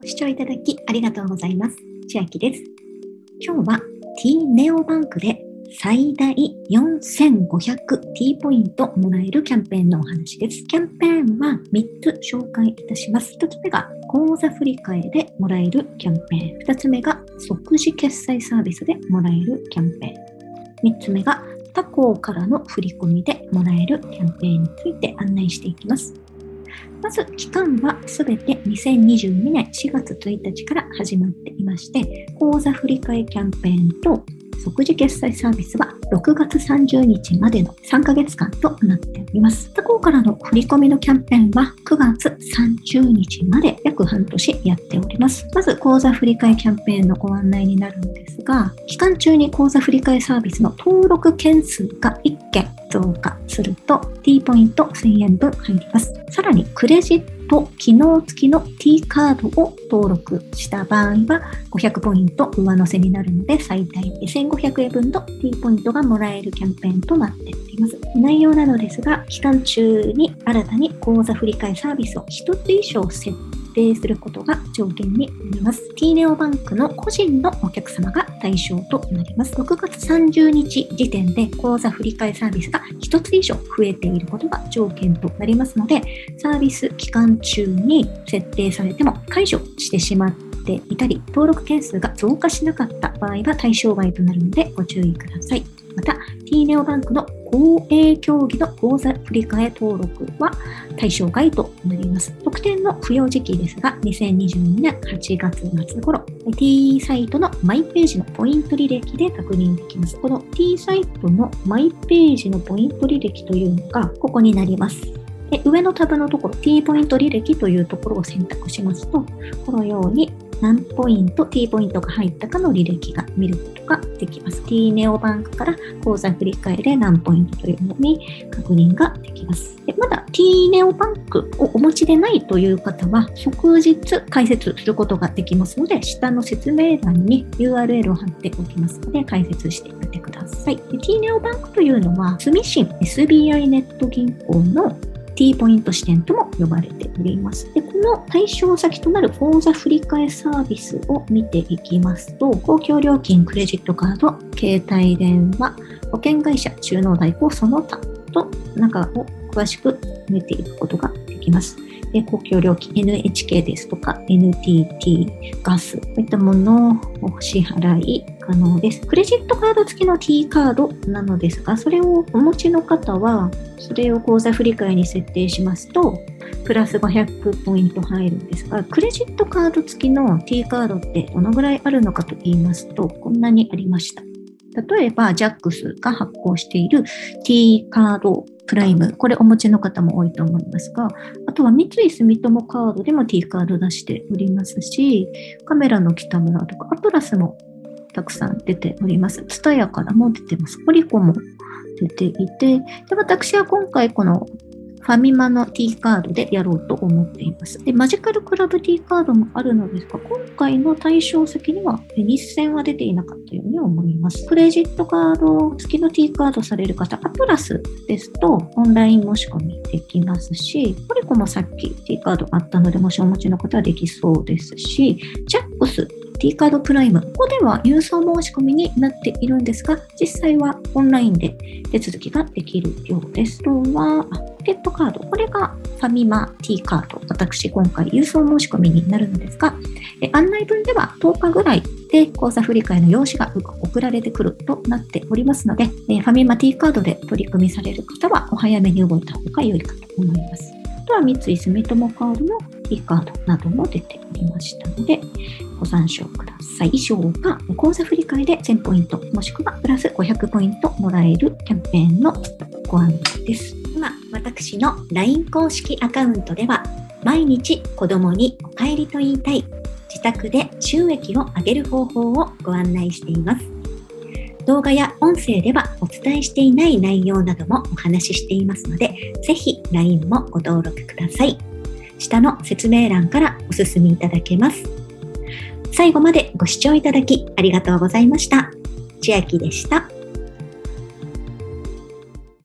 ご視聴いただきありがとうございます。千秋です。今日は T ネオバンクで最大 4500T ポイントもらえるキャンペーンのお話です。キャンペーンは3つ紹介いたします。1つ目が口座振替でもらえるキャンペーン。2つ目が即時決済サービスでもらえるキャンペーン。3つ目が他行からの振り込みでもらえるキャンペーンについて案内していきます。まず期間はすべて2022年4月1日から始まっていまして、口座振替キャンペーンと即時決済サービスは6月30日までの3ヶ月間となっております。他行からの振り込みのキャンペーンは9月30日まで約半年やっております。まず口座振替キャンペーンのご案内になるんですが、期間中に口座振替サービスの登録件数が1件増加すると T ポイント1000円分入ります。さらにクレジット機能付きの T カードを登録した場合は500ポイント上乗せになるので最大1500円分の T ポイントがもらえるキャンペーンとなっております。内容なのですが、期間中に新たに口座振替サービスを1つ以上設定することが条件になります。T ネオバンクの個人のお客様が対象となります。6月30日時点で口座振替サービスが1つ以上増えていることが条件となりますので、サービス期間中に設定されても解除してしまっていたり、登録件数が増加しなかった場合は対象外となるのでご注意ください。また T ネオバンクの公営協議の口座振替登録は対象外となります。特典の付与時期ですが、2022年8月末頃、T サイトのマイページのポイント履歴で確認できます。この T サイトのマイページのポイント履歴というのがここになります。上のタブのところ T ポイント履歴というところを選択しますと、このように何ポイント T ポイントが入ったかの履歴が見ることができます。T ネオバンクから口座振替で何ポイントというのに確認ができます。まだ T ネオバンクをお持ちでないという方は即日解説することができますので、下の説明欄に URL を貼っておきますので解説してみてください。T ネオバンクというのは住信 SBI ネット銀行のT ポイント支店とも呼ばれております。この対象先となる口座振替サービスを見ていきますと、公共料金、クレジットカード、携帯電話、保険会社、収納代行、その他と中を詳しく見ていくことができます。公共料金、NHK ですとか NTT、ガス、こういったものを支払い可能です。クレジットカード付きの T カードなのですが、それをお持ちの方は、それを口座振替に設定しますと、プラス500ポイント入るんですが、クレジットカード付きの T カードってどのぐらいあるのかと言いますと、こんなにありました。例えば、JAXA が発行している T カードプライム、これお持ちの方も多いと思いますが、あとは三井住友カードでも T カード出しておりますし、カメラの北村とか、アトラスもたくさん出ております。ツタヤからも出てます。コリコも出ていて、で私は今回このファミマの T カードでやろうと思っています。マジカルクラブ T カードもあるのですが、今回の対象先には日銭は出ていなかったように思います。クレジットカード付きの T カードされる方、アトラスですとオンライン申し込みできますし、コリコもさっき T カードあったので、もしお持ちの方はできそうですし、JAXA T カードプライム、ここでは郵送申し込みになっているんですが、実際はオンラインで手続きができるようです。あとは、ポケットカード、これがファミマ T カード、私今回郵送申し込みになるのですが、案内文では10日ぐらいで口座振替の用紙が送られてくるとなっておりますので、ファミマ T カードで取り組みされる方はお早めに動いた方が良いかと思います。あとは三井住友カードの T カードなども出ておりましたので、ご参照ください。以上が口座振替で1000ポイントもしくはプラス500ポイントもらえるキャンペーンのご案内です。今、私の LINE 公式アカウントでは毎日子供にお帰りと言いたい、自宅で収益を上げる方法をご案内しています。動画や音声ではお伝えしていない内容などもお話ししていますので、ぜひ LINE もご登録ください。下の説明欄からお進みいただけます。最後までご視聴いただきありがとうございました。千秋でした。